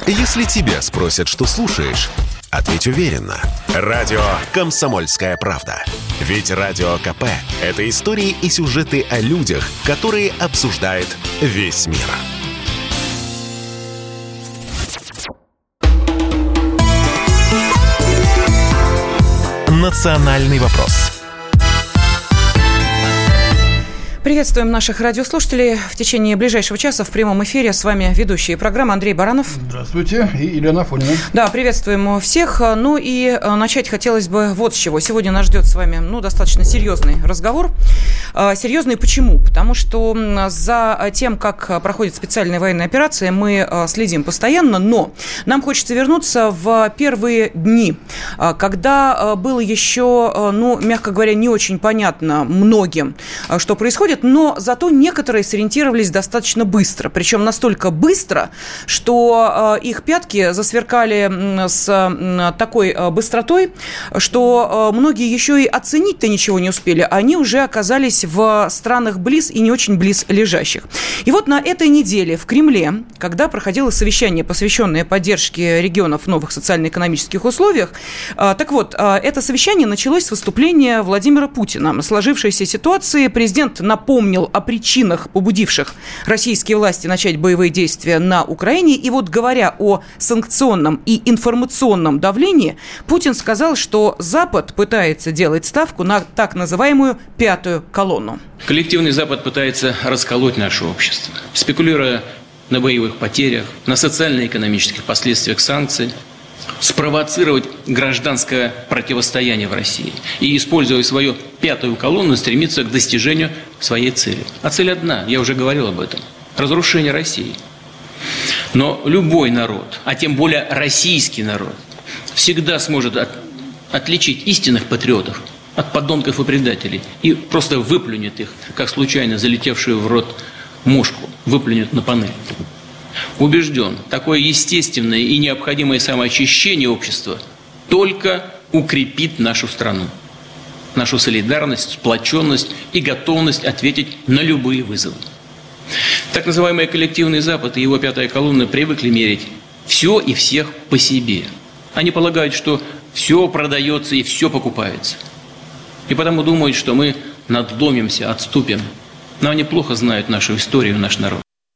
Если тебя спросят, что слушаешь, ответь уверенно. Радио «Комсомольская правда». Ведь Радио КП – это истории и сюжеты о людях, которые обсуждает весь мир. «Национальный вопрос». Приветствуем наших радиослушателей. В течение ближайшего часа в прямом эфире с вами ведущие программы Андрей Баранов. Здравствуйте. И Елена Афонина. Да, приветствуем всех. Ну и начать хотелось бы вот с чего. Сегодня нас ждет с вами достаточно серьезный разговор. Серьезный почему? Потому что за тем, как проходит специальная военная операция, мы следим постоянно, но нам хочется вернуться в первые дни, когда было еще, мягко говоря, не очень понятно многим, что происходит, но зато некоторые сориентировались достаточно быстро. Причем настолько быстро, что их пятки засверкали с такой быстротой, что многие еще и оценить-то ничего не успели. Они уже оказались в странах близ и не очень близ лежащих. И вот на этой неделе в Кремле, когда проходило совещание, посвященное поддержке регионов в новых социально-экономических условиях, так вот, это совещание началось с выступления Владимира Путина. В сложившейся ситуации президент напомнил о причинах, побудивших российские власти начать боевые действия на Украине. И вот говоря о санкционном и информационном давлении, Путин сказал, что Запад пытается делать ставку на так называемую пятую колонну. Коллективный Запад пытается расколоть наше общество, спекулируя на боевых потерях, на социально-экономических последствиях санкций, спровоцировать гражданское противостояние в России и, используя свою пятую колонну, стремиться к достижению своей цели. А цель одна, я уже говорил об этом – разрушение России. Но любой народ, а тем более российский народ, всегда сможет отличить истинных патриотов от подонков и предателей и просто выплюнет их, как случайно залетевшую в рот мушку, выплюнет на панель. Убежден, такое естественное и необходимое самоочищение общества только укрепит нашу страну, нашу солидарность, сплоченность и готовность ответить на любые вызовы. Так называемый коллективный Запад и его пятая колонна привыкли мерить все и всех по себе. Они полагают, что все продается и все покупается. И потому думают, что мы надломимся, отступим. Но они плохо знают нашу историю, наш народ.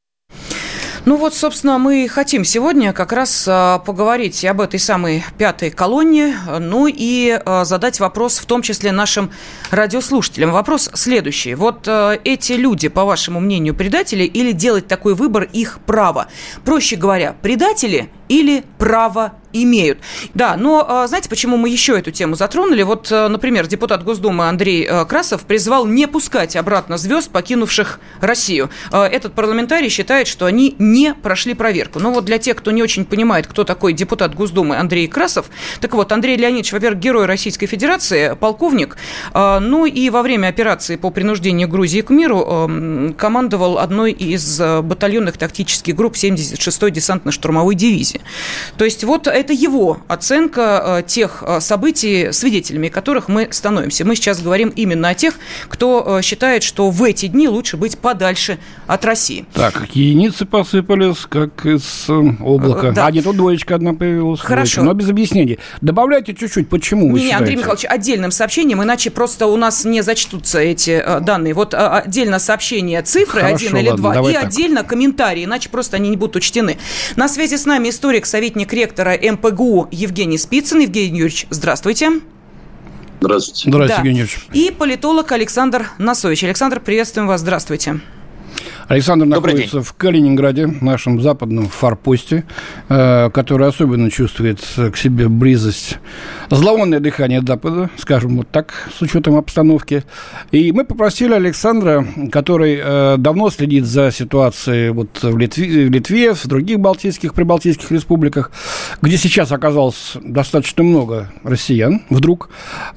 Ну вот, собственно, мы хотим сегодня как раз поговорить об этой самой пятой колонне, ну и задать вопрос в том числе нашим радиослушателям. Вопрос следующий. Вот эти люди, по вашему мнению, предатели или делать такой выбор их право? Проще говоря, предатели или право имеют. Да, но знаете, почему мы еще эту тему затронули? Вот, например, депутат Госдумы Андрей Красов призвал не пускать обратно звезд, покинувших Россию. Этот парламентарий считает, что они не прошли проверку. Но вот для тех, кто не очень понимает, кто такой депутат Госдумы Андрей Красов, так вот, Андрей Леонидович, во-первых, герой Российской Федерации, полковник, ну и во время операции по принуждению Грузии к миру командовал одной из батальонных тактических групп 76-й десантно-штурмовой дивизии. То есть вот это его оценка тех событий, свидетелями которых мы становимся. Мы сейчас говорим именно о тех, кто считает, что в эти дни лучше быть подальше от России. Так, единицы посыпались, как из облака. Да. А не тут двоечка одна появилась. Хорошо. Двоечка, но без объяснений. Добавляйте чуть-чуть, почему вы считаете? Андрей Михайлович, отдельным сообщением, иначе просто у нас не зачтутся эти данные. Вот отдельно сообщение цифры, хорошо, 1 или 2, и так. Отдельно комментарии, иначе просто они не будут учтены. На связи с нами историк, советник ректора МПГУ Евгений Спицын. Евгений Юрьевич, здравствуйте. Здравствуйте. Здравствуйте, Евгений Юрьевич. И политолог Александр Носович. Александр, приветствуем вас, здравствуйте. Александр находится в Калининграде, нашем западном форпосте, который особенно чувствует к себе близость, зловонное дыхание Запада, скажем вот так, с учетом обстановки. И мы попросили Александра, который давно следит за ситуацией вот в Литве, в других прибалтийских республиках, где сейчас оказалось достаточно много россиян, вдруг,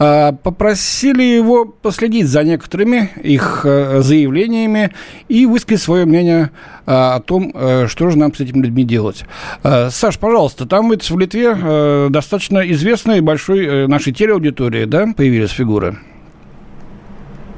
попросили его последить за некоторыми их заявлениями и высказать свое мнение о том, что же нам с этими людьми делать. Саш, пожалуйста, там ведь в Литве достаточно известной большой нашей телеаудитории, да, появились фигуры?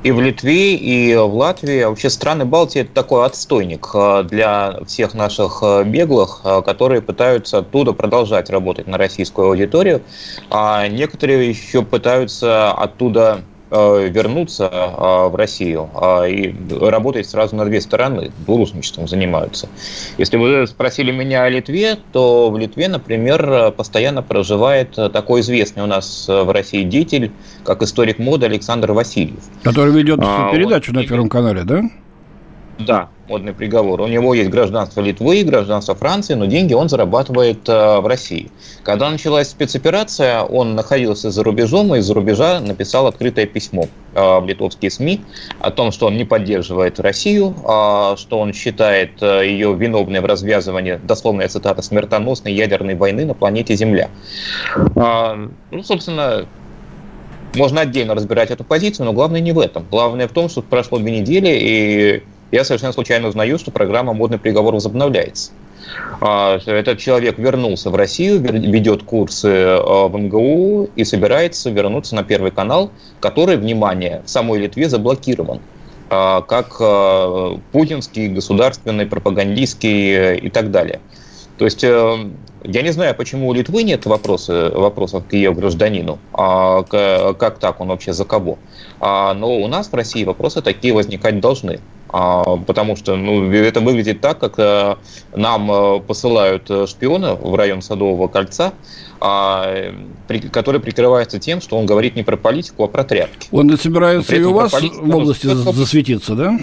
И в Литве, и в Латвии. Вообще страны Балтии – это такой отстойник для всех наших беглых, которые пытаются оттуда продолжать работать на российскую аудиторию. А некоторые еще пытаются оттуда вернуться в Россию и работать сразу на две стороны, двурушничеством занимаются. Если вы спросили меня о Литве, то в Литве, например, постоянно проживает такой известный у нас в России деятель, как историк моды Александр Васильев. Который ведет передачу на Первом канале, да? Да, модный приговор. У него есть гражданство Литвы, гражданство Франции, но деньги он зарабатывает в России. Когда началась спецоперация, он находился за рубежом и из-за рубежа написал открытое письмо в литовские СМИ о том, что он не поддерживает Россию, что он считает ее виновной в развязывании, дословная цитата, смертоносной ядерной войны на планете Земля. Собственно, можно отдельно разбирать эту позицию, но главное не в этом. Главное в том, что прошло 2 недели, и я совершенно случайно узнаю, что программа «Модный приговор» возобновляется. Этот человек вернулся в Россию, ведет курсы в МГУ и собирается вернуться на Первый канал, который, внимание, в самой Литве заблокирован, как путинский, государственный, пропагандистский и так далее. То есть я не знаю, почему у Литвы нет вопросов к ее гражданину, как так, он вообще за кого. Но у нас в России вопросы такие возникать должны. Потому что это выглядит так, как нам посылают шпиона в район Садового кольца, который прикрывается тем, что он говорит не про политику, а про тряпки. Он собирается и у вас в области засветиться, да?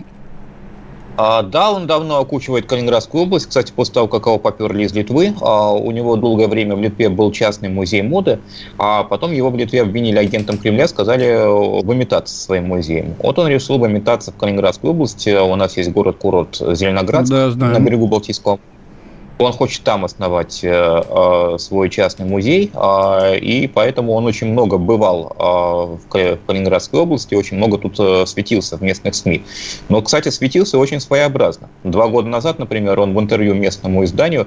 Да, он давно окучивает Калининградскую область. Кстати, после того, как его поперли из Литвы, у него долгое время в Литве был частный музей моды, а потом его в Литве обвинили агентом Кремля, сказали выметаться своим музеем. Вот он решил выметаться в Калининградскую область. У нас есть город-курорт Зеленоградск, да, на берегу Балтийского моря. Он хочет там основать свой частный музей, и поэтому он очень много бывал в Калининградской области, очень много тут светился в местных СМИ. Но, кстати, светился очень своеобразно. 2 года назад, например, он в интервью местному изданию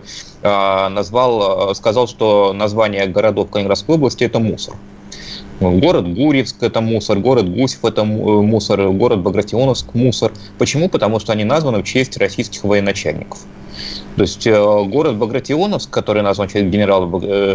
сказал, что название городов Калининградской области – это мусор. Город Гурьевск – это мусор, город Гусев – это мусор, город Багратионовск – мусор. Почему? Потому что они названы в честь российских военачальников. То есть город Багратионовск, который назван в честь генерала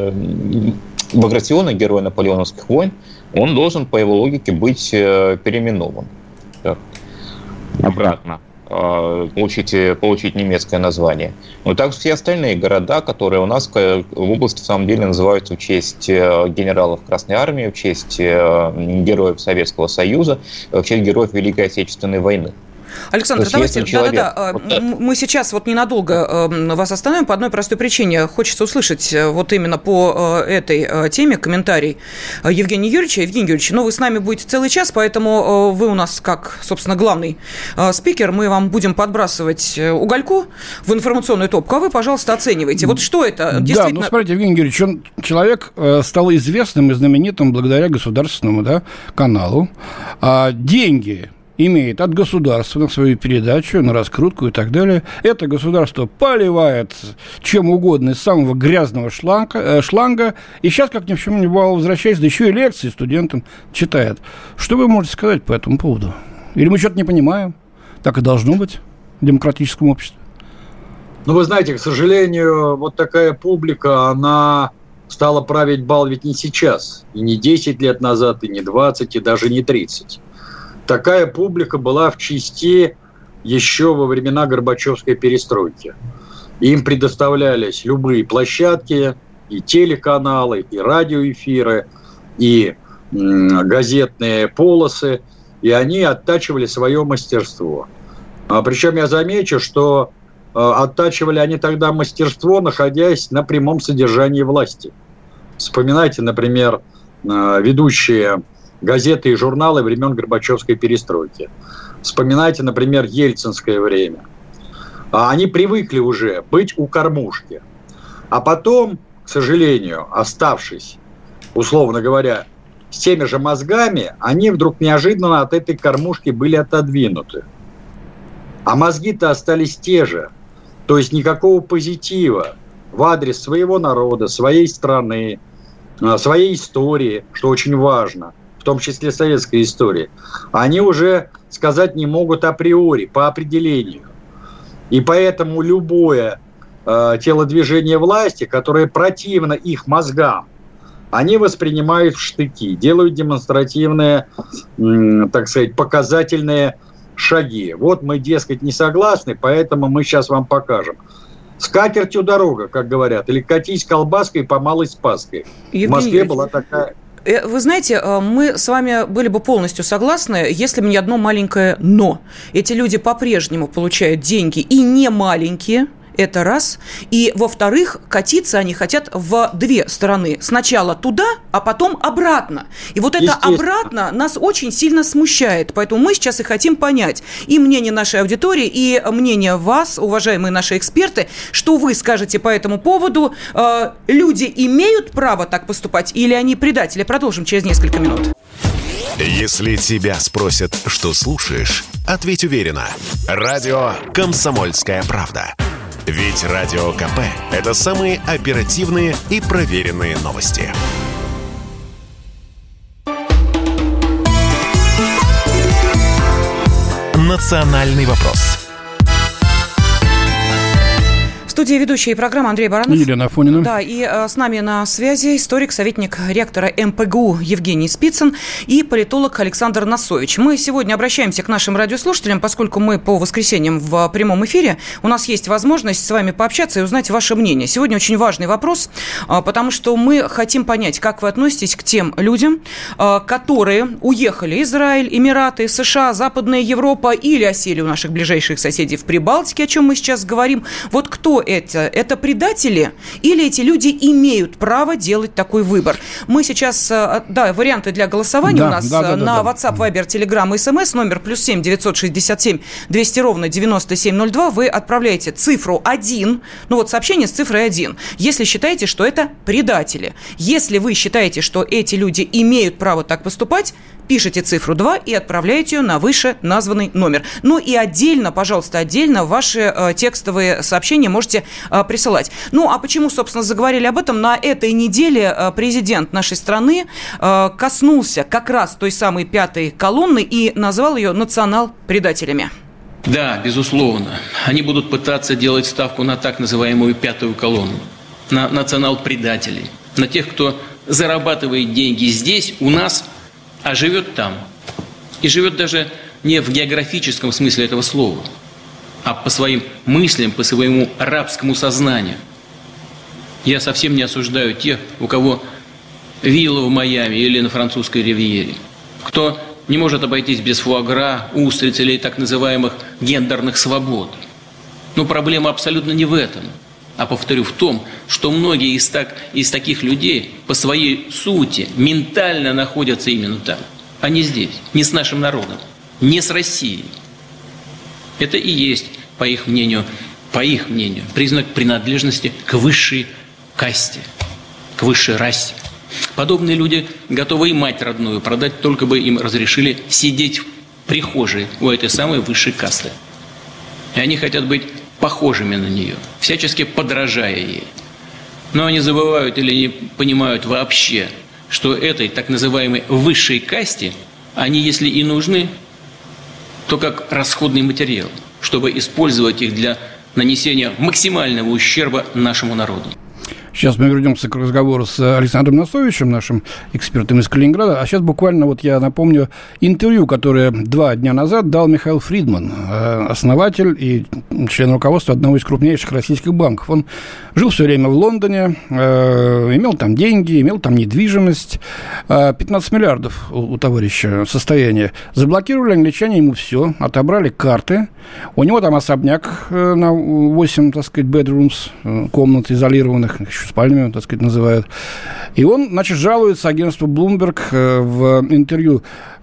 Багратиона, героя наполеоновских войн, он должен, по его логике, быть переименован. Так. Обратно. Получить немецкое название. Но также все остальные города, которые у нас в области, в самом деле, называются в честь генералов Красной Армии, в честь героев Советского Союза, в честь героев Великой Отечественной войны. Александр, давайте, мы сейчас вот ненадолго вас остановим по одной простой причине. Хочется услышать вот именно по этой теме комментарий Евгения Юрьевича. Евгений Юрьевич, вы с нами будете целый час, поэтому вы у нас как, собственно, главный спикер. Мы вам будем подбрасывать угольку в информационную топку, а вы, пожалуйста, оценивайте. Вот что это действительно... Да, смотрите, Евгений Юрьевич, человек стал известным и знаменитым благодаря государственному каналу. Деньги имеет от государства на свою передачу, на раскрутку и так далее. Это государство поливает чем угодно из самого грязного шланга. И сейчас, как ни в чем не бывало, возвращаясь, да еще и лекции студентам читает. Что вы можете сказать по этому поводу? Или мы что-то не понимаем? Так и должно быть в демократическом обществе. Вы знаете, к сожалению, вот такая публика, она стала править бал ведь не сейчас. И не 10 лет назад, и не 20, и даже не 30. Такая публика была в части еще во времена Горбачевской перестройки. Им предоставлялись любые площадки, и телеканалы, и радиоэфиры, и газетные полосы, и они оттачивали свое мастерство. Причем я замечу, что оттачивали они тогда мастерство, находясь на прямом содержании власти. Вспоминайте, например, ведущие газеты и журналы времен Горбачевской перестройки. Вспоминайте, например, ельцинское время. Они привыкли уже быть у кормушки. А потом, к сожалению, оставшись, условно говоря, с теми же мозгами, они вдруг неожиданно от этой кормушки были отодвинуты. А мозги-то остались те же. То есть никакого позитива в адрес своего народа, своей страны, своей истории, что очень важно, в том числе советской истории, они уже сказать не могут априори, по определению. И поэтому любое телодвижение власти, которое противно их мозгам, они воспринимают в штыки, делают демонстративные, так сказать, показательные шаги. Вот мы, дескать, не согласны, поэтому мы сейчас вам покажем. С катертью дорога, как говорят, или катись колбаской по Малой Спасской. В Москве была такая... Вы знаете, мы с вами были бы полностью согласны, если бы не одно маленькое «но». Эти люди по-прежнему получают деньги и не маленькие. Это раз. И, во-вторых, катиться они хотят в две стороны. Сначала туда, а потом обратно. И вот это обратно нас очень сильно смущает. Поэтому мы сейчас и хотим понять и мнение нашей аудитории, и мнение вас, уважаемые наши эксперты, что вы скажете по этому поводу. Люди имеют право так поступать или они предатели? Продолжим через несколько минут. Если тебя спросят, что слушаешь, ответь уверенно. Радио «Комсомольская правда». Ведь Радио КП – это самые оперативные и проверенные новости. «Национальный вопрос». В студии ведущая программы Андрей Баранов. Елена Афонина. Да, и с нами на связи историк, советник ректора МПГУ Евгений Спицын и политолог Александр Носович. Мы сегодня обращаемся к нашим радиослушателям, поскольку мы по воскресеньям в прямом эфире. У нас есть возможность с вами пообщаться и узнать ваше мнение. Сегодня очень важный вопрос, потому что мы хотим понять, как вы относитесь к тем людям, которые уехали: Израиль, Эмираты, США, Западная Европа или осели у наших ближайших соседей в Прибалтике, о чем мы сейчас говорим. Вот кто это? Это предатели или эти люди имеют право делать такой выбор? Мы сейчас, варианты для голосования у нас на WhatsApp, Viber, Telegram и SMS, номер +7 967 200 ровно 9702. Вы отправляете цифру 1, сообщение с цифрой 1, если считаете, что это предатели. Если вы считаете, что эти люди имеют право так поступать, пишите цифру 2 и отправляете ее на выше названный номер. И отдельно, пожалуйста, ваши текстовые сообщения можете присылать. А почему, собственно, заговорили об этом? На этой неделе президент нашей страны коснулся как раз той самой пятой колонны и назвал ее национал-предателями. Да, безусловно. Они будут пытаться делать ставку на так называемую пятую колонну, на национал-предателей, на тех, кто зарабатывает деньги здесь, у нас, а живет там. И живет даже не в географическом смысле этого слова, а по своим мыслям, по своему рабскому сознанию. Я совсем не осуждаю тех, у кого вилла в Майами или на французской ривьере, кто не может обойтись без фуагра, устриц или так называемых гендерных свобод. Но проблема абсолютно не в этом, а, повторю, в том, что многие из таких людей по своей сути ментально находятся именно там, а не здесь, не с нашим народом, не с Россией. Это и есть, по их мнению, признак принадлежности к высшей касте, к высшей расе. Подобные люди готовы и мать родную продать, только бы им разрешили сидеть в прихожей у этой самой высшей касты. И они хотят быть похожими на нее, всячески подражая ей. Но они забывают или не понимают вообще, что этой так называемой высшей касте они, если и нужны, то как расходный материал, чтобы использовать их для нанесения максимального ущерба нашему народу. Сейчас мы вернемся к разговору с Александром Носовичем, нашим экспертом из Калининграда. А сейчас буквально я напомню интервью, которое 2 дня назад дал Михаил Фридман, основатель и член руководства одного из крупнейших российских банков. Он жил все время в Лондоне, имел там деньги, имел там недвижимость. 15 миллиардов у товарища состояние. Заблокировали англичане ему все, отобрали карты. У него там особняк на 8, bedrooms, комнат изолированных, спальнями, называют. И он, жалуется агентству Bloomberg в интервью.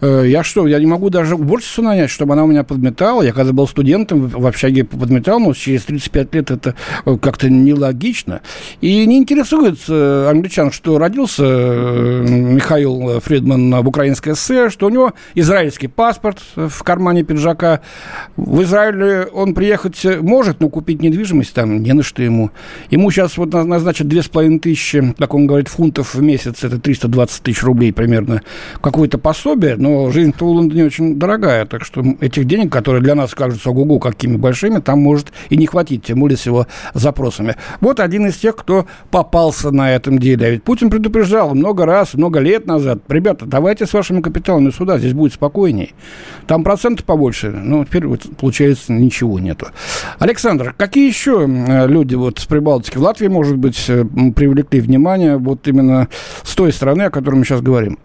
Я не могу даже уборщицу нанять, чтобы она у меня подметала. Я когда был студентом в общаге подметал, но через 35 лет это как-то нелогично. И не интересует англичан, что родился Михаил Фридман в Украинской ССР, что у него израильский паспорт в кармане пиджака. В Израиле он приехать может, но купить недвижимость там не на что ему. Ему сейчас вот назначат 2500, как он говорит, фунтов в месяц, это 320 тысяч рублей примерно, какое-то пособие, но жизнь-то в Лондоне очень дорогая, так что этих денег, которые для нас кажутся ого-го какими большими, там может и не хватить, тем более с его запросами. Вот один из тех, кто попался на этом деле. А ведь Путин предупреждал много раз, много лет назад: ребята, давайте с вашими капиталами сюда, здесь будет спокойней. Там проценты побольше, но теперь вот, получается, ничего нету. Александр, какие еще люди вот с Прибалтики в Латвии, может быть, привлекли внимание вот именно с той стороны, о которой мы сейчас говорим?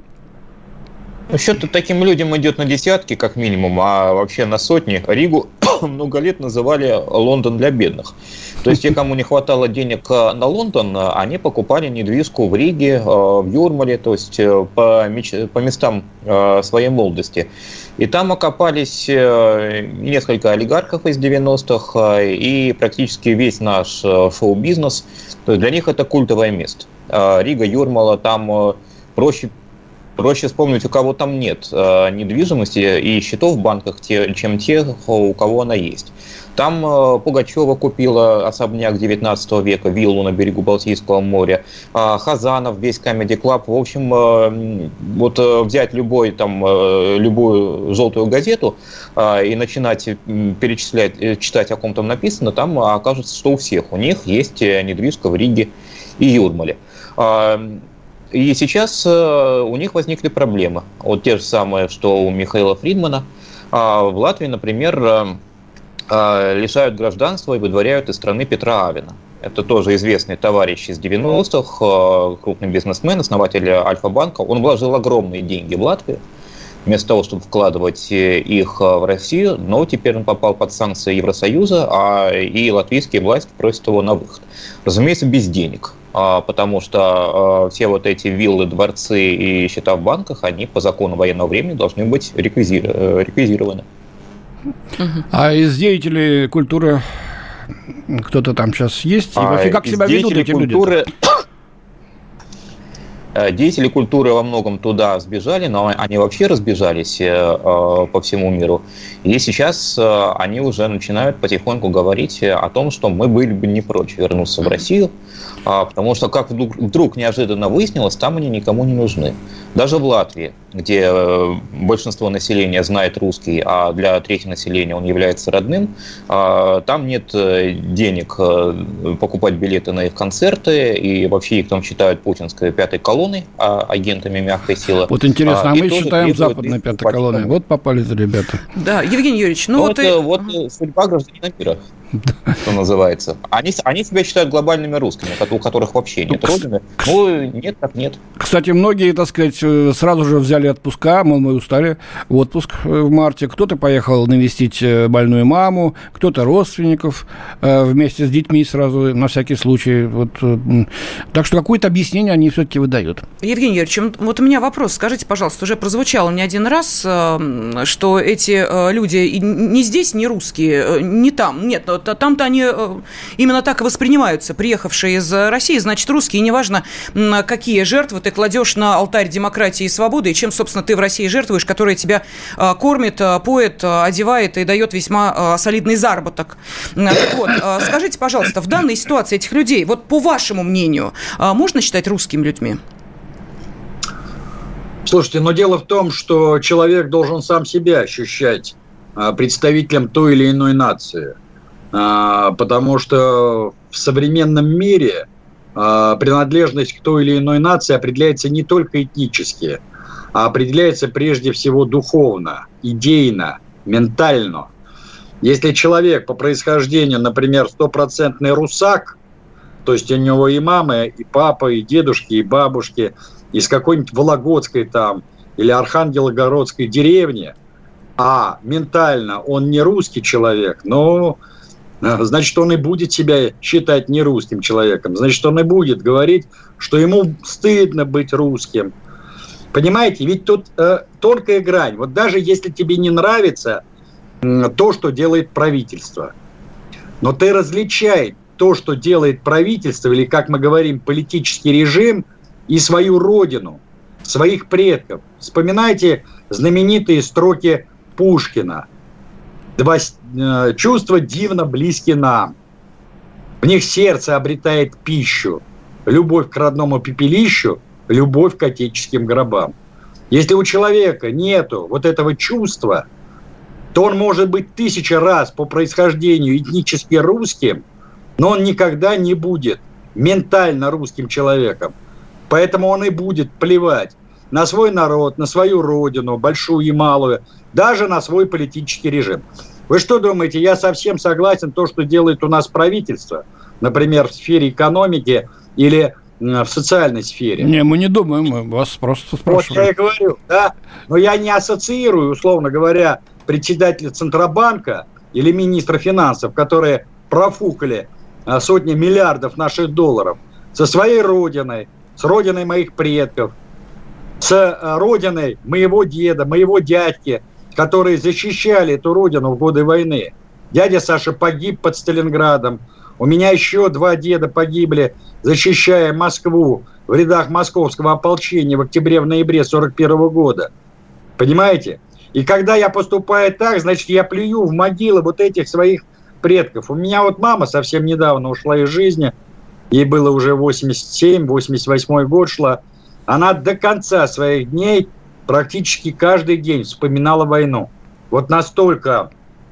Счет таким людям идет на десятки, как минимум, а вообще на сотни. Ригу много лет называли Лондон для бедных. То есть те, кому не хватало денег на Лондон, они покупали недвижку в Риге, в Юрмале, то есть по местам своей молодости. И там окопались несколько олигархов из 90-х и практически весь наш шоу-бизнес. То есть для них это культовое место. Рига, Юрмала, там проще вспомнить, у кого там нет недвижимости и счетов в банках, чем тех, у кого она есть. Там Пугачева купила особняк 19 века, виллу на берегу Балтийского моря. Хазанов, весь Comedy Club. В общем, вот взять любую желтую газету и начинать перечислять, читать, о ком там написано, там окажется, что у всех. У них есть недвижка в Риге и Юрмале. И сейчас у них возникли проблемы. Вот те же самые, что у Михаила Фридмана. В Латвии, например, лишают гражданства и выдворяют из страны Петра Авина. Это тоже известный товарищ из 90-х, крупный бизнесмен, основатель Альфа-банка. Он вложил огромные деньги в Латвию, вместо того, чтобы вкладывать их в Россию, но теперь он попал под санкции Евросоюза, и латвийские власти просят его на выход. Разумеется, без денег, потому что все вот эти виллы, дворцы и счета в банках, они по закону военного времени должны быть реквизированы. А из деятелей культуры кто-то там сейчас есть? И вообще, как себя ведут эти люди? Деятели культуры во многом туда сбежали, но они вообще разбежались по всему миру. И сейчас они уже начинают потихоньку говорить о том, что мы были бы не прочь вернуться в Россию, потому что, как вдруг неожиданно выяснилось, там они никому не нужны. Даже в Латвии, где большинство населения знает русский, а для трети населения он является родным, там нет денег покупать билеты на их концерты, и вообще их там считают путинской пятой колонной, агентами мягкой силы. Вот интересно, а мы считаем западной пятой колонной. Вот попали-то ребята. Да, Евгений Юрьевич, вот судьба гражданина мира, что называется. Они себя считают глобальными русскими, у которых вообще нет родины. Ну, нет, так нет. Кстати, многие, так сказать, сразу же взяли отпуска, мол, мы устали в отпуск в марте. Кто-то поехал навестить больную маму, кто-то родственников вместе с детьми сразу, на всякий случай. Вот. Так что какое-то объяснение они все-таки выдают. Евгений Юрьевич, вот у меня вопрос. Скажите, пожалуйста, уже прозвучало не один раз, что эти люди не здесь, не русские, не там. Нет, там-то они именно так и воспринимаются. Приехавшие из России, значит, русские. Неважно, какие жертвы ты кладешь на алтарь демократии и свободы, и чем, собственно, ты в России жертвуешь, которая тебя кормит, поет, одевает и дает весьма солидный заработок. Так вот, скажите, пожалуйста, в данной ситуации этих людей, вот по вашему мнению, можно считать русскими людьми? Слушайте, но дело в том, что человек должен сам себя ощущать представителем той или иной нации. Потому что в современном мире принадлежность к той или иной нации определяется не только этнически, а определяется прежде всего духовно, идейно, ментально. Если человек по происхождению, например, стопроцентный русак, то есть у него и мама, и папа, и дедушки, и бабушки, из какой-нибудь Вологодской там или Архангелогородской деревни, а ментально он не русский человек, но значит, он и будет себя считать не русским человеком. Значит, он и будет говорить, что ему стыдно быть русским. Понимаете, ведь тут тонкая грань. Вот даже если тебе не нравится то, что делает правительство, но ты различай то, что делает правительство, или, как мы говорим, политический режим, и свою родину, своих предков. Вспоминайте знаменитые строки Пушкина. «Два чувства дивно близки нам. В них сердце обретает пищу. Любовь к родному пепелищу, любовь к отеческим гробам». Если у человека нету вот этого чувства, то он может быть 1000 раз по происхождению этнически русским, но он никогда не будет ментально русским человеком. Поэтому он и будет плевать на свой народ, на свою родину, большую и малую, даже на свой политический режим. Вы что думаете, я совсем согласен то, что делает у нас правительство, например, в сфере экономики или в социальной сфере? Не, мы не думаем, мы вас просто спрашиваем. Вот я и говорю, да, но я не ассоциирую, условно говоря, председателя Центробанка или министра финансов, которые профукали сотни миллиардов наших долларов, со своей родиной, с родиной моих предков, с родиной моего деда, моего дядьки, которые защищали эту родину в годы войны. Дядя Саша погиб под Сталинградом. У меня еще 2 деда погибли, защищая Москву в рядах московского ополчения в октябре-ноябре 1941 года. Понимаете? И когда я поступаю так, значит, я плюю в могилы вот этих своих предков. У меня вот мама совсем недавно ушла из жизни. Ей было уже 87, 88 год шла. Она до конца своих дней практически каждый день вспоминала войну. Вот настолько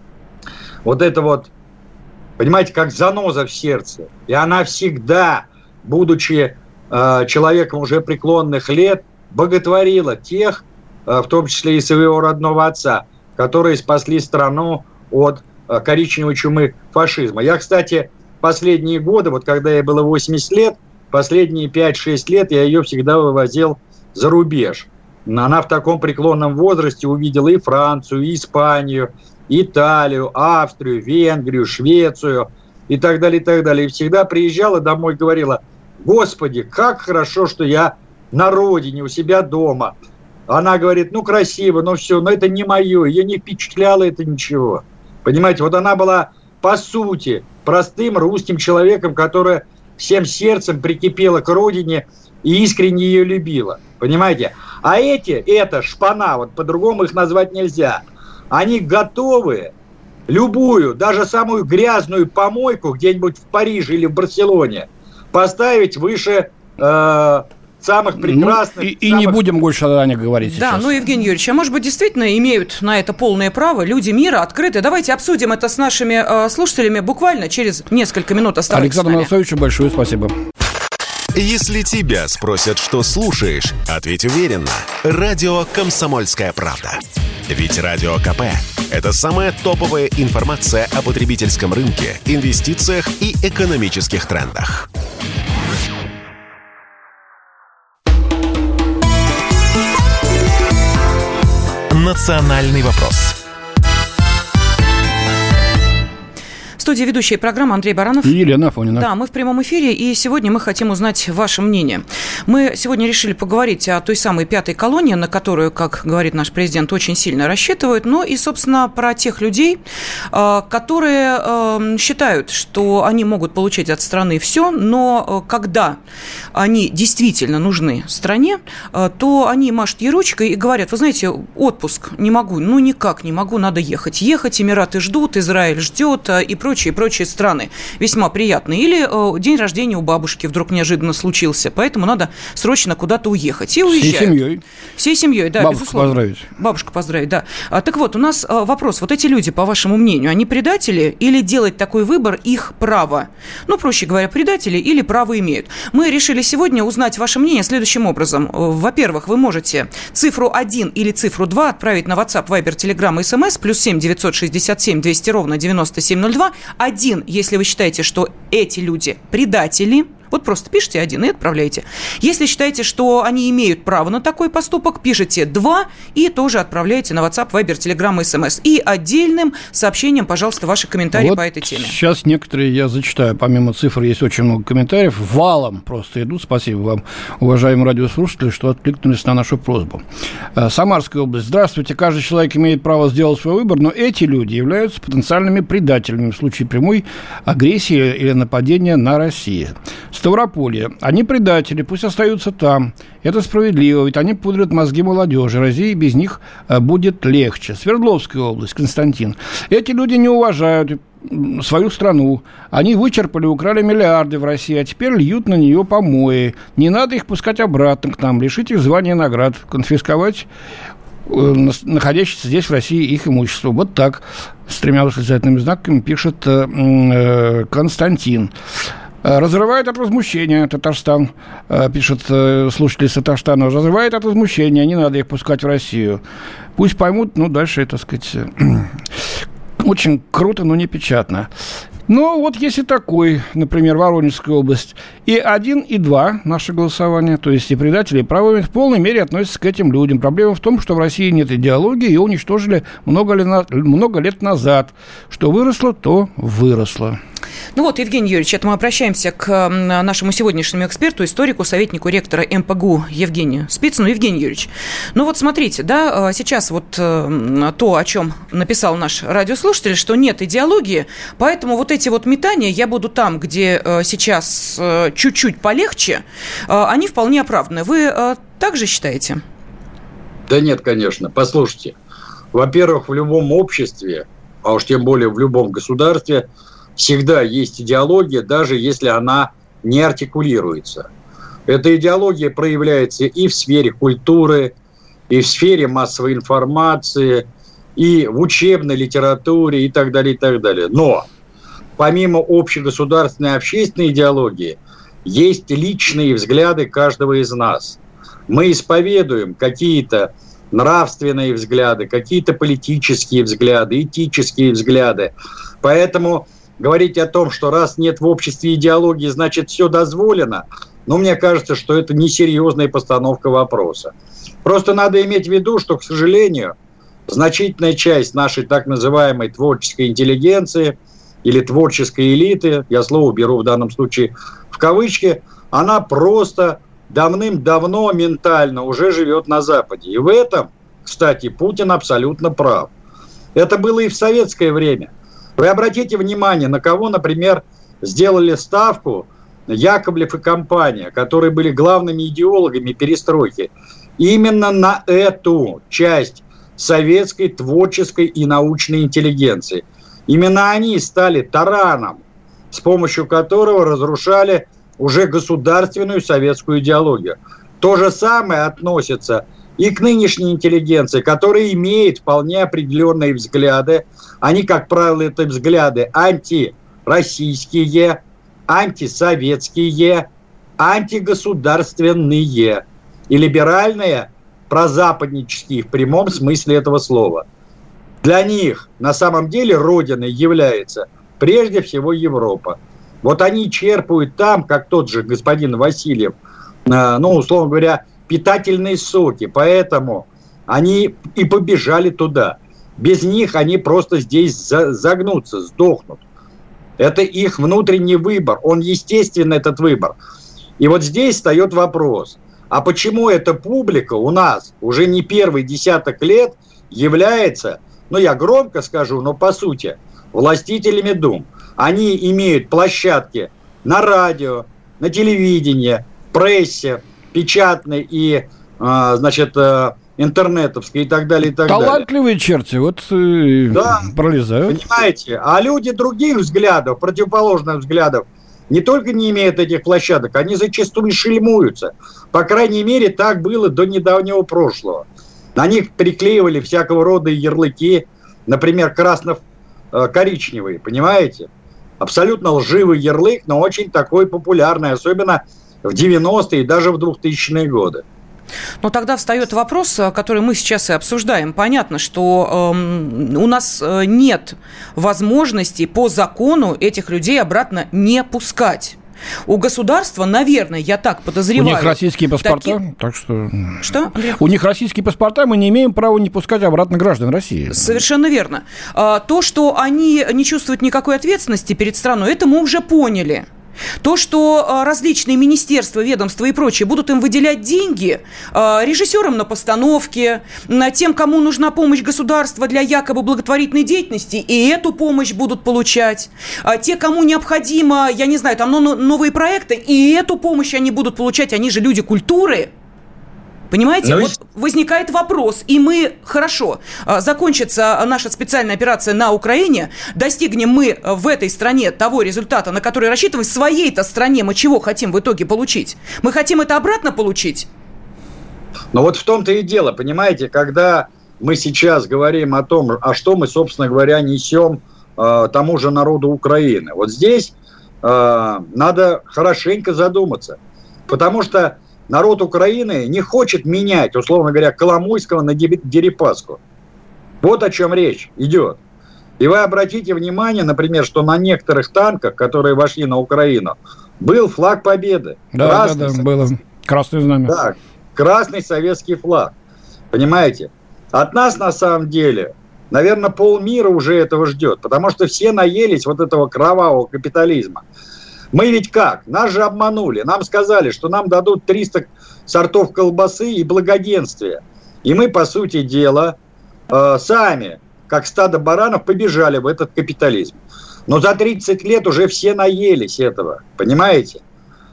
вот это вот, понимаете, как заноза в сердце. И она всегда, будучи человеком уже преклонных лет, боготворила тех, в том числе и своего родного отца, которые спасли страну от коричневой чумы фашизма. Я, кстати, последние годы, вот когда ей было 80 лет, последние 5-6 лет я ее всегда вывозил за рубеж. Она в таком преклонном возрасте увидела и Францию, и Испанию, и Италию, Австрию, Венгрию, Швецию и так далее, и так далее. И всегда приезжала домой и говорила: «Господи, как хорошо, что я на родине, у себя дома». Она говорит: ну красиво, но все, но это не мое, ее не впечатляло это ничего. Понимаете, вот она была, по сути, простым русским человеком, которая всем сердцем прикипела к родине и искренне ее любила. Понимаете? А это шпана, вот по-другому их назвать нельзя. Они готовы любую, даже самую грязную помойку где-нибудь в Париже или в Барселоне поставить выше самых прекрасных. И не будем больше о них говорить сейчас. Да, Евгений Юрьевич, а может быть, действительно имеют на это полное право люди мира, открыты. Давайте обсудим это с нашими слушателями буквально через несколько минут. Оставайтесь Александру Анатольевичу большое спасибо. Если тебя спросят, что слушаешь, ответь уверенно. Радио «Комсомольская правда». Ведь Радио КП – это самая топовая информация о потребительском рынке, инвестициях и экономических трендах. «Национальный вопрос». В студии ведущая программы Андрей Баранов. И Елена Афонина. Да, мы в прямом эфире, и сегодня мы хотим узнать ваше мнение. Мы сегодня решили поговорить о той самой 5-й колонии, на которую, как говорит наш президент, очень сильно рассчитывают, но и, собственно, про тех людей, которые считают, что они могут получить от страны все, но когда они действительно нужны стране, то они машут ей ручкой и говорят: вы знаете, отпуск не могу, никак не могу, надо ехать. Ехать, Эмираты ждут, Израиль ждет и прочие страны. Весьма приятные. Или день рождения у бабушки вдруг неожиданно случился, поэтому надо срочно куда-то уехать. И уезжают. Всей семьей. Всей семьей, да, бабушку безусловно. Поздравить. Бабушку поздравить, да. Так вот, у нас вопрос. Вот эти люди, по вашему мнению, они предатели или делать такой выбор их право? Проще говоря, предатели или право имеют? Мы решили сегодня узнать ваше мнение следующим образом. Во-первых, вы можете цифру 1 или цифру 2 отправить на WhatsApp, Viber, Telegram и SMS, +7 967 200 ровно 9702. 1, если вы считаете, что эти люди предатели, Вот просто пишите 1 и отправляйте. Если считаете, что они имеют право на такой поступок, пишите 2 и тоже отправляйте на WhatsApp, Viber, Telegram, SMS. И отдельным сообщением, пожалуйста, ваши комментарии по этой теме. Сейчас некоторые я зачитаю. Помимо цифр есть очень много комментариев. Валом просто идут. Спасибо вам, уважаемые радиослушатели, что откликнулись на нашу просьбу. Самарская область. Здравствуйте. Каждый человек имеет право сделать свой выбор, но эти люди являются потенциальными предателями в случае прямой агрессии или нападения на Россию. Ставрополье. Они предатели, пусть остаются там. Это справедливо, ведь они пудрят мозги молодежи. России без них будет легче. Свердловская область. Константин. Эти люди не уважают свою страну. Они вычерпали, украли миллиарды в России, а теперь льют на нее помои. Не надо их пускать обратно к нам, лишить их звания и наград, конфисковать находящиеся здесь, в России, их имущество. Вот так, с 3 восклицательными знаками, пишет Константин. Разрывает от возмущения Татарстан, пишет слушатель из Татарстана. Разрывает от возмущения, не надо их пускать в Россию. Пусть поймут, дальше, так сказать, очень круто, но не печатно. Но вот есть и такой, например, Воронежская область. И 1, и 2 наше голосование, то есть и предатели, и правые, в полной мере относятся к этим людям. Проблема в том, что в России нет идеологии, ее уничтожили много лет назад. Что выросло, то выросло. Евгений Юрьевич, это мы обращаемся к нашему сегодняшнему эксперту, историку, советнику ректора МПГУ Евгению Спицыну. Евгений Юрьевич, смотрите, сейчас то, о чем написал наш радиослушатель, что нет идеологии, поэтому вот эти метания, я буду там, где сейчас чуть-чуть полегче, они вполне оправданы. Вы так же считаете? Да нет, конечно. Послушайте, во-первых, в любом обществе, а уж тем более в любом государстве, всегда есть идеология, даже если она не артикулируется. Эта идеология проявляется и в сфере культуры, и в сфере массовой информации, и в учебной литературе, и так далее, и так далее. Но помимо общегосударственной общественной идеологии, есть личные взгляды каждого из нас. Мы исповедуем какие-то нравственные взгляды, какие-то политические взгляды, этические взгляды. Поэтому говорить о том, что раз нет в обществе идеологии, значит, все дозволено, мне кажется, что это несерьезная постановка вопроса. Просто надо иметь в виду, что, к сожалению, значительная часть нашей так называемой творческой интеллигенции или творческой элиты, я слово беру в данном случае в кавычки, она просто давным-давно ментально уже живет на Западе. И в этом, кстати, Путин абсолютно прав. Это было и в советское время. Вы обратите внимание, на кого, например, сделали ставку Яковлев и компания, которые были главными идеологами перестройки. Именно на эту часть советской творческой и научной интеллигенции. Именно они стали тараном, с помощью которого разрушали уже государственную советскую идеологию. То же самое относится и к нынешней интеллигенции, которая имеет вполне определенные взгляды. Они, как правило, это взгляды антироссийские, антисоветские, антигосударственные и либеральные, прозападнические в прямом смысле этого слова. Для них на самом деле родиной является прежде всего Европа. Вот они черпают там, как тот же господин Васильев, условно говоря, питательные соки, поэтому они и побежали туда. Без них они просто здесь загнутся, сдохнут. Это их внутренний выбор, он естественный, этот выбор. И вот здесь встает вопрос, а почему эта публика у нас уже не первый десяток лет является, я громко скажу, но по сути, властителями дум. Они имеют площадки на радио, на телевидении, прессе, печатной и, интернетовской и так далее, и так далее. Талантливые черти, пролезают. Понимаете, а люди других взглядов, противоположных взглядов, не только не имеют этих площадок, они зачастую шельмуются. По крайней мере, так было до недавнего прошлого. На них приклеивали всякого рода ярлыки, например, красно-коричневые, понимаете? Абсолютно лживый ярлык, но очень такой популярный, особенно в 90-е и даже в 2000-е годы. Но тогда встает вопрос, который мы сейчас и обсуждаем. Понятно, что у нас нет возможности по закону этих людей обратно не пускать. У государства, наверное, я так подозреваю... У них российские паспорта, так что... Что, Андрей? У них российские паспорта, мы не имеем права не пускать обратно граждан России. Совершенно верно. То, что они не чувствуют никакой ответственности перед страной, это мы уже поняли. То, что различные министерства, ведомства и прочее будут им выделять деньги режиссерам на постановке, тем, кому нужна помощь государства для якобы благотворительной деятельности, и эту помощь будут получать. Те, кому необходимо, я не знаю, там новые проекты, и эту помощь они будут получать, они же люди культуры. Понимаете, вот возникает вопрос, и мы, хорошо, закончится наша специальная операция на Украине, достигнем мы в этой стране того результата, на который рассчитываем, в своей-то стране мы чего хотим в итоге получить? Мы хотим это обратно получить? Но вот в том-то и дело, понимаете, когда мы сейчас говорим о том, а что мы, собственно говоря, несем тому же народу Украины. Вот здесь надо хорошенько задуматься, потому что народ Украины не хочет менять, условно говоря, Коломойского на Дерипаску. Вот о чем речь идет. И вы обратите внимание, например, что на некоторых танках, которые вошли на Украину, был флаг Победы. Да, было. Красное знамя. Да, красный советский флаг. Понимаете? От нас, на самом деле, наверное, полмира уже этого ждет, потому что все наелись вот этого кровавого капитализма. Мы ведь как? Нас же обманули. Нам сказали, что нам дадут 300 сортов колбасы и благоденствия. И мы, по сути дела, сами, как стадо баранов, побежали в этот капитализм. Но за 30 лет уже все наелись этого. Понимаете?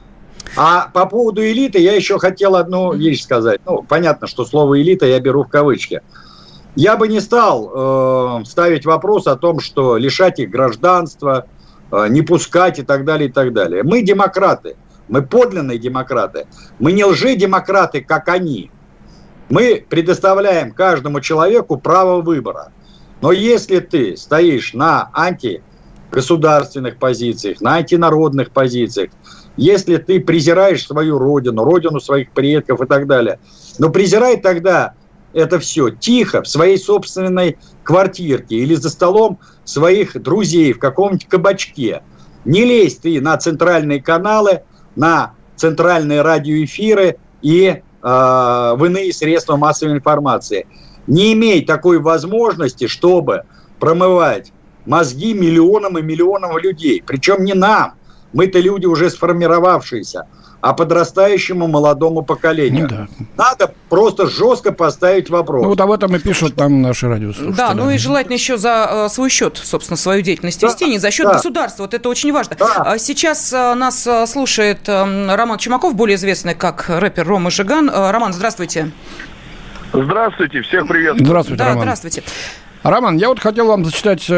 А по поводу элиты я еще хотел одну вещь сказать. Ну, понятно, что слово «элита» я беру в кавычки. Я бы не стал ставить вопрос о том, что лишать их гражданства, не пускать и так далее, и так далее. Мы демократы, мы подлинные демократы, мы не лжедемократы, как они. Мы предоставляем каждому человеку право выбора. Но если ты стоишь на антигосударственных позициях, на антинародных позициях, если ты презираешь свою родину, родину своих предков и так далее, но презирай тогда это все тихо, в своей собственной квартирке или за столом своих друзей в каком-нибудь кабачке. Не лезь ты на центральные каналы, на центральные радиоэфиры и в иные средства массовой информации. Не имей такой возможности, чтобы промывать мозги миллионам и миллионам людей. Причем не нам. Мы-то люди уже сформировавшиеся, а подрастающему молодому поколению. Ну, да. Надо просто жестко поставить вопрос. Ну, вот об этом и пишут там наши радиослушатели. Да, ну и желательно еще за свой счет, собственно, свою деятельность вести, не за счет государства. Вот это очень важно. Да. Сейчас нас слушает Роман Чумаков, более известный как рэпер Рома Жиган. Роман, здравствуйте. Здравствуйте, всех приветствую. Здравствуйте, да, Роман. Здравствуйте. Роман, я вот хотел вам зачитать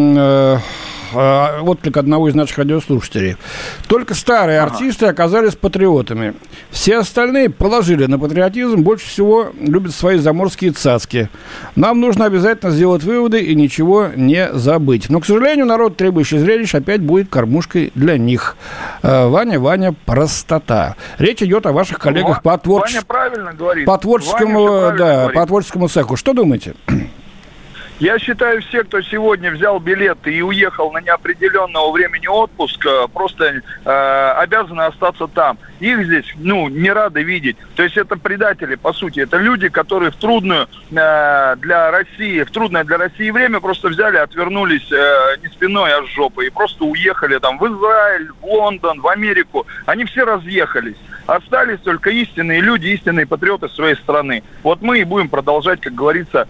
отклик одного из наших радиослушателей. Только старые артисты оказались патриотами. Все остальные положили на патриотизм, больше всего любят свои заморские цацки. Нам нужно обязательно сделать выводы и ничего не забыть. Но, к сожалению, народ, требующий зрелищ, опять будет кормушкой для них. Ваня, простота. Речь идет о ваших коллегах по Ваня правильно говорит. По творческому цеху. Что думаете? Я считаю, все, кто сегодня взял билеты и уехал на неопределенного времени отпуск, просто обязаны остаться там. Их здесь, не рады видеть. То есть это предатели, по сути. Это люди, которые в трудное для России время просто взяли, отвернулись не спиной, а с жопой. И просто уехали там в Израиль, в Лондон, в Америку. Они все разъехались. Остались только истинные люди, истинные патриоты своей страны. Вот мы и будем продолжать, как говорится,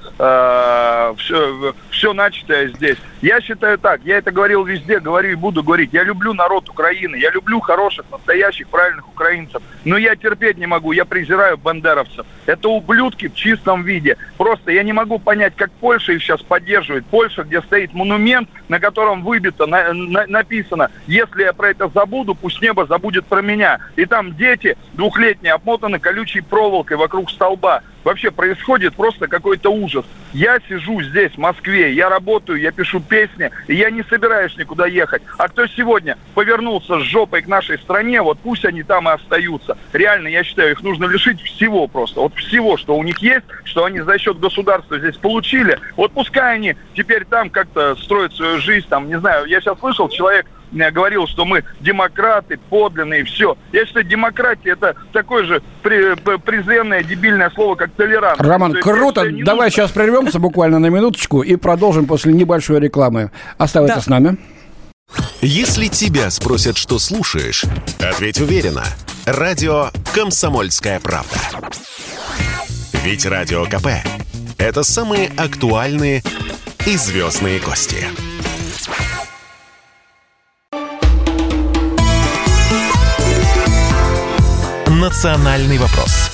все начатое здесь. Я считаю так, я это говорил везде, говорю и буду говорить. Я люблю народ Украины, я люблю хороших, настоящих, правильных украинцев. Но я терпеть не могу, я презираю бандеровцев. Это ублюдки в чистом виде. Просто я не могу понять, как Польша их сейчас поддерживает. Польша, где стоит монумент, на котором выбито, написано: если я про это забуду, пусть небо забудет про меня. И там дети двухлетние обмотаны колючей проволокой вокруг столба. Вообще происходит просто какой-то ужас. Я сижу здесь, в Москве, я работаю, я пишу песни, и я не собираюсь никуда ехать. А кто сегодня повернулся с жопой к нашей стране, вот пусть они там и остаются. Реально, я считаю, их нужно лишить всего просто. Вот всего, что у них есть, что они за счет государства здесь получили. Вот пускай они теперь там как-то строят свою жизнь, там, не знаю, я сейчас слышал, человек говорил, что мы демократы, подлинные, все. Я считаю, демократия – это такое же презренное, дебильное слово, как толерантность. Роман, круто. Давай сейчас прервемся буквально на минуточку и продолжим после небольшой рекламы. Оставайтесь с нами. Если тебя спросят, что слушаешь, ответь уверенно. Радио «Комсомольская правда». Ведь Радио КП – это самые актуальные и звездные гости. «Национальный вопрос».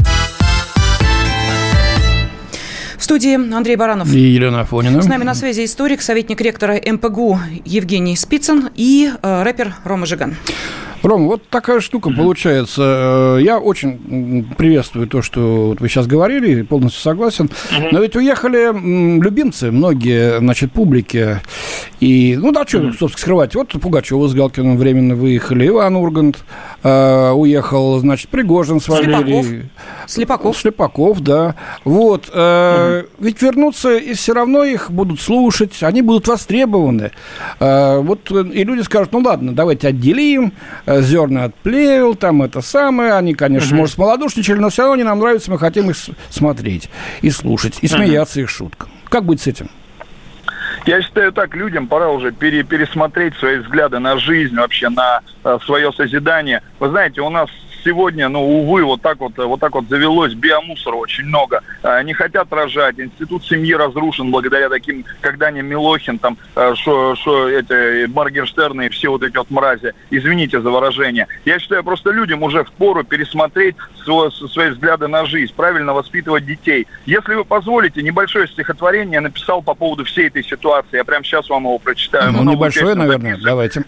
В студии Андрей Баранов и Елена Афонина. С нами на связи историк, советник ректора МПГУ Евгений Спицын и рэпер Рома Жиган. Ром, вот такая штука получается. Я очень приветствую то, что вот вы сейчас говорили, полностью согласен. Но ведь уехали любимцы, многие, значит, публики. И, ну да, что, собственно, скрывать. Вот Пугачева с Галкиным временно выехали, Иван Ургант уехал, значит, Пригожин с Валерией. Слепаков, да. Вот. Ведь вернутся, и все равно их будут слушать, они будут востребованы. Вот, и люди скажут, ну ладно, давайте отделим, зерна от плевел, там это самое. Они, конечно, может, смолодушничали, но все равно они нам нравятся, мы хотим их смотреть и слушать, и смеяться их шуткам. Как быть с этим? Я считаю так, людям пора уже пересмотреть свои взгляды на жизнь, вообще на свое созидание. Вы знаете, у нас сегодня, ну, увы, вот так вот завелось биомусора очень много. Не хотят рожать, институт семьи разрушен благодаря таким, как Даня Милохин, там, Моргенштерн и все вот эти вот мрази. Извините за выражение. Я считаю, просто людям уже впору пересмотреть свои взгляды на жизнь, правильно воспитывать детей. Если вы позволите, небольшое стихотворение я написал по поводу всей этой ситуации. Я прямо сейчас вам его прочитаю. Ну, небольшое, наверное, давайте.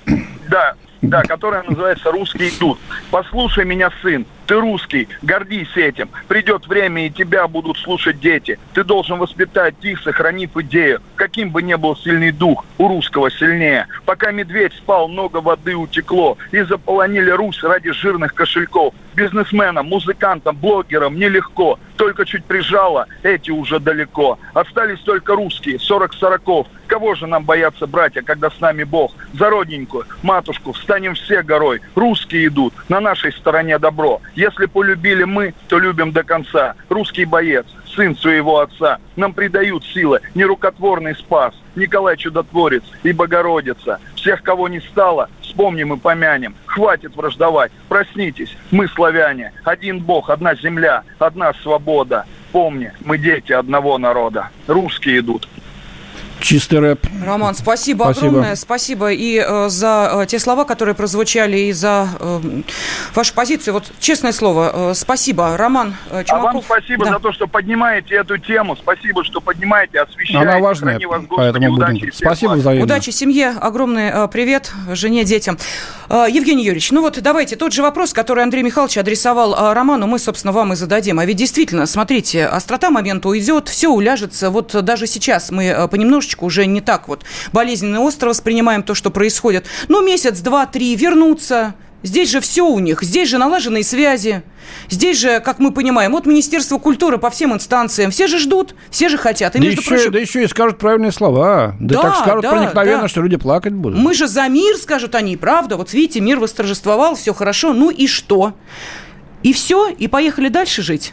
Да, которая называется «Русские идут». «Послушай меня, сын, ты русский, гордись этим. Придет время, и тебя будут слушать дети. Ты должен воспитать их, сохранив идею. Каким бы ни был сильный дух, у русского сильнее. Пока медведь спал, много воды утекло. И заполонили Русь ради жирных кошельков. Бизнесменам, музыкантам, блогерам нелегко. Только чуть прижало, эти уже далеко. Остались только русские, 40-40. Кого же нам бояться, братья, когда с нами Бог? За родненькую, матушку, встанем все горой. Русские идут, на нашей стороне добро. Если полюбили мы, то любим до конца. Русский боец, сын своего отца. Нам придают силы, нерукотворный спас. Николай Чудотворец и Богородица. Всех, кого не стало, вспомним и помянем. Хватит враждовать, проснитесь, мы славяне. Один Бог, одна земля, одна свобода. Помни, мы дети одного народа. Русские идут. Чистый рэп. Роман, спасибо огромное. Спасибо и за те слова, которые прозвучали, и за вашу позицию. Вот честное слово, спасибо. Роман Чумаков. А вам спасибо за то, что поднимаете эту тему. Спасибо, что поднимаете, освещаете. Она важная, поэтому будем. Спасибо взаимно. Удачи семье, огромный привет жене, детям. Евгений Юрьевич, ну вот давайте тот же вопрос, который Андрей Михайлович адресовал Роману, мы, собственно, вам и зададим. А ведь действительно, смотрите, острота момента уйдет, все уляжется. Вот даже сейчас мы понемножечку уже не так вот болезненно остро воспринимаем то, что происходит. Но месяц, два, три вернутся. Здесь же все у них. Здесь же налаженные связи. Здесь же, как мы понимаем, вот Министерство культуры по всем инстанциям. Все же ждут, все же хотят. И, да еще и скажут правильные слова. Да так скажут проникновенно, что люди плакать будут. Мы же за мир, скажут они. Правда, вот видите, мир восторжествовал, все хорошо. Ну и что? И все, и поехали дальше жить.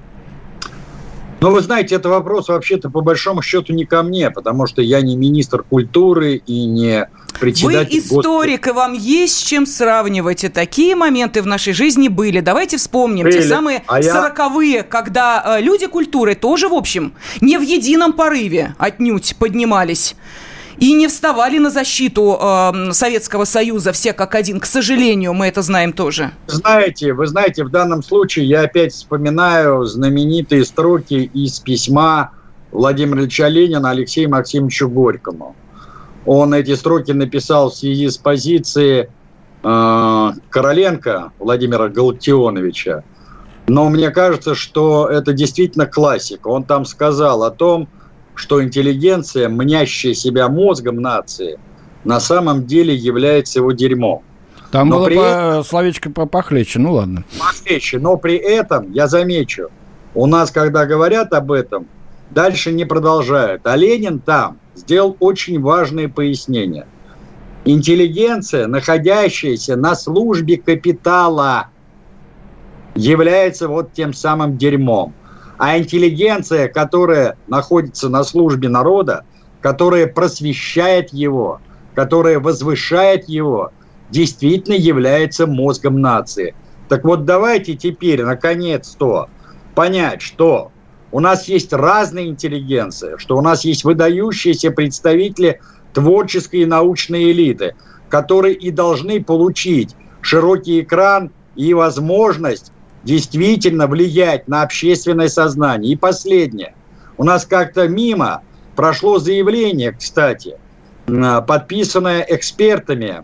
Ну, вы знаете, это вопрос вообще-то по большому счету не ко мне, потому что я не министр культуры и не председатель... Вы историк, и вам есть с чем сравнивать. И такие моменты в нашей жизни были. Давайте вспомним те самые 40-е, когда люди культуры тоже, в общем, не в едином порыве отнюдь поднимались. И не вставали на защиту Советского Союза все как один. К сожалению, мы это знаем тоже. Вы знаете, в данном случае я опять вспоминаю знаменитые строки из письма Владимира Ильича Ленина Алексею Максимовичу Горькому. Он эти строки написал в связи с позицией Короленко Владимира Галактионовича. Но мне кажется, что это действительно классика. Он там сказал о том, что интеллигенция, мнящая себя мозгом нации, на самом деле является его дерьмом. Там было словечко похлеще, ну ладно. Похлеще, но при этом, я замечу, у нас, когда говорят об этом, дальше не продолжают. А Ленин там сделал очень важные пояснения. Интеллигенция, находящаяся на службе капитала, является вот тем самым дерьмом. А интеллигенция, которая находится на службе народа, которая просвещает его, которая возвышает его, действительно является мозгом нации. Так вот, давайте теперь, наконец-то, понять, что у нас есть разная интеллигенция, что у нас есть выдающиеся представители творческой и научной элиты, которые и должны получить широкий экран и возможность действительно влиять на общественное сознание. И последнее. У нас как-то мимо прошло заявление, кстати, подписанное экспертами,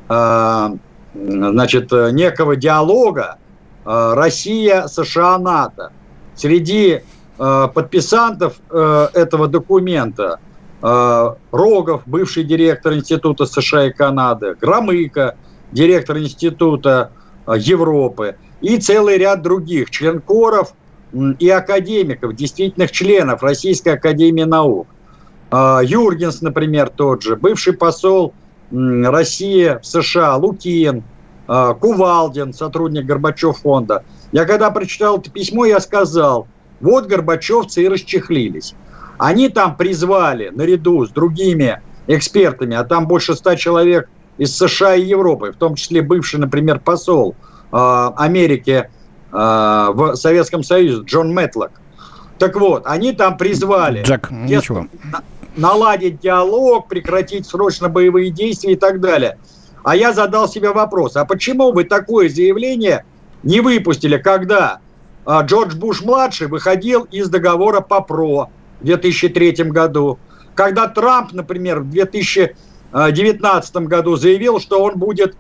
некого диалога Россия, США, НАТО. Среди подписантов этого документа Рогов, бывший директор Института США и Канады, Громыко, директор Института Европы, и целый ряд других членкоров и академиков, действительных членов Российской академии наук. Юргенс, например, тот же, бывший посол России в США, Лукин, Кувалдин, сотрудник Горбачев фонда. Я когда прочитал это письмо, я сказал, вот горбачевцы и расчехлились. Они там призвали, наряду с другими экспертами, а там больше 100 человек из США и Европы, в том числе бывший, например, посол Америки в Советском Союзе Джон Мэтлок. Так вот, они там призвали наладить диалог, прекратить срочно боевые действия и так далее. А я задал себе вопрос, а почему вы такое заявление не выпустили, когда Джордж Буш-младший выходил из договора ПАПРО в 2003 году, когда Трамп, например, в 2019 году заявил, что он будет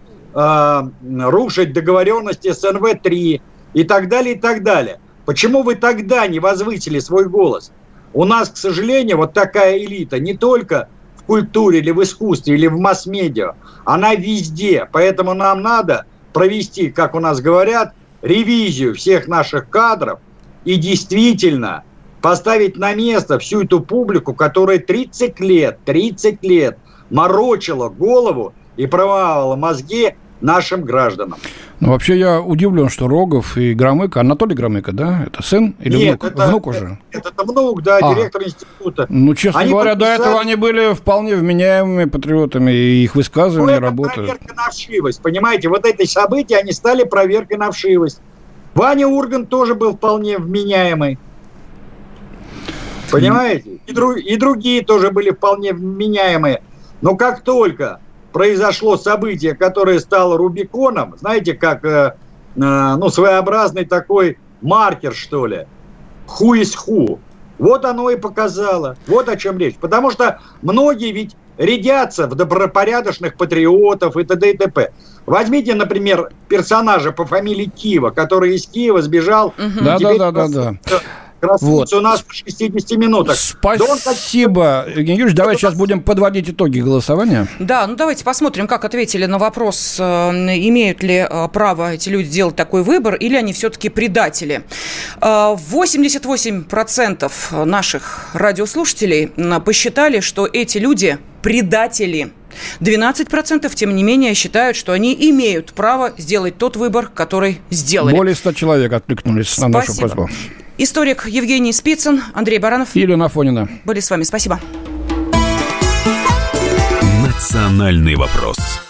рушить договоренности с НВ-3 и так далее, и так далее. Почему вы тогда не возвысили свой голос? У нас, к сожалению, вот такая элита не только в культуре или в искусстве, или в масс-медиа, она везде. Поэтому нам надо провести, как у нас говорят, ревизию всех наших кадров и действительно поставить на место всю эту публику, которая 30 лет морочила голову и промывала мозги нашим гражданам. Ну, вообще я удивлен, что Рогов и Громыко, Анатолий Громыко, да? Это сын или внук уже? Это внук, да, директор института. Ну, честно говоря, до этого они были вполне вменяемыми патриотами, и их высказывания работают. Проверка на вшивость, понимаете? Вот эти события, они стали проверкой на вшивость. Ваня Ургант тоже был вполне вменяемый. Понимаете? И другие тоже были вполне вменяемые. Но как только произошло событие, которое стало Рубиконом, знаете, как своеобразный такой маркер, что ли, who is who. Вот оно и показало. Вот о чем речь. Потому что многие ведь рядятся в добропорядочных патриотов и т.д. и т.п. Возьмите, например, персонажа по фамилии Кива, который из Киева сбежал. Да. Красавица у нас в 60 минутах. Спасибо, Евгений Юрьевич. Давай сейчас будем подводить итоги голосования. Да, ну давайте посмотрим, как ответили на вопрос, имеют ли право эти люди делать такой выбор, или они все-таки предатели. 88% наших радиослушателей посчитали, что эти люди предатели. 12%, тем не менее, считают, что они имеют право сделать тот выбор, который сделали. Более 100 человек откликнулись на нашу просьбу. Историк Евгений Спицын, Андрей Баранов и Елена Афонина были с вами. Спасибо. Национальный вопрос.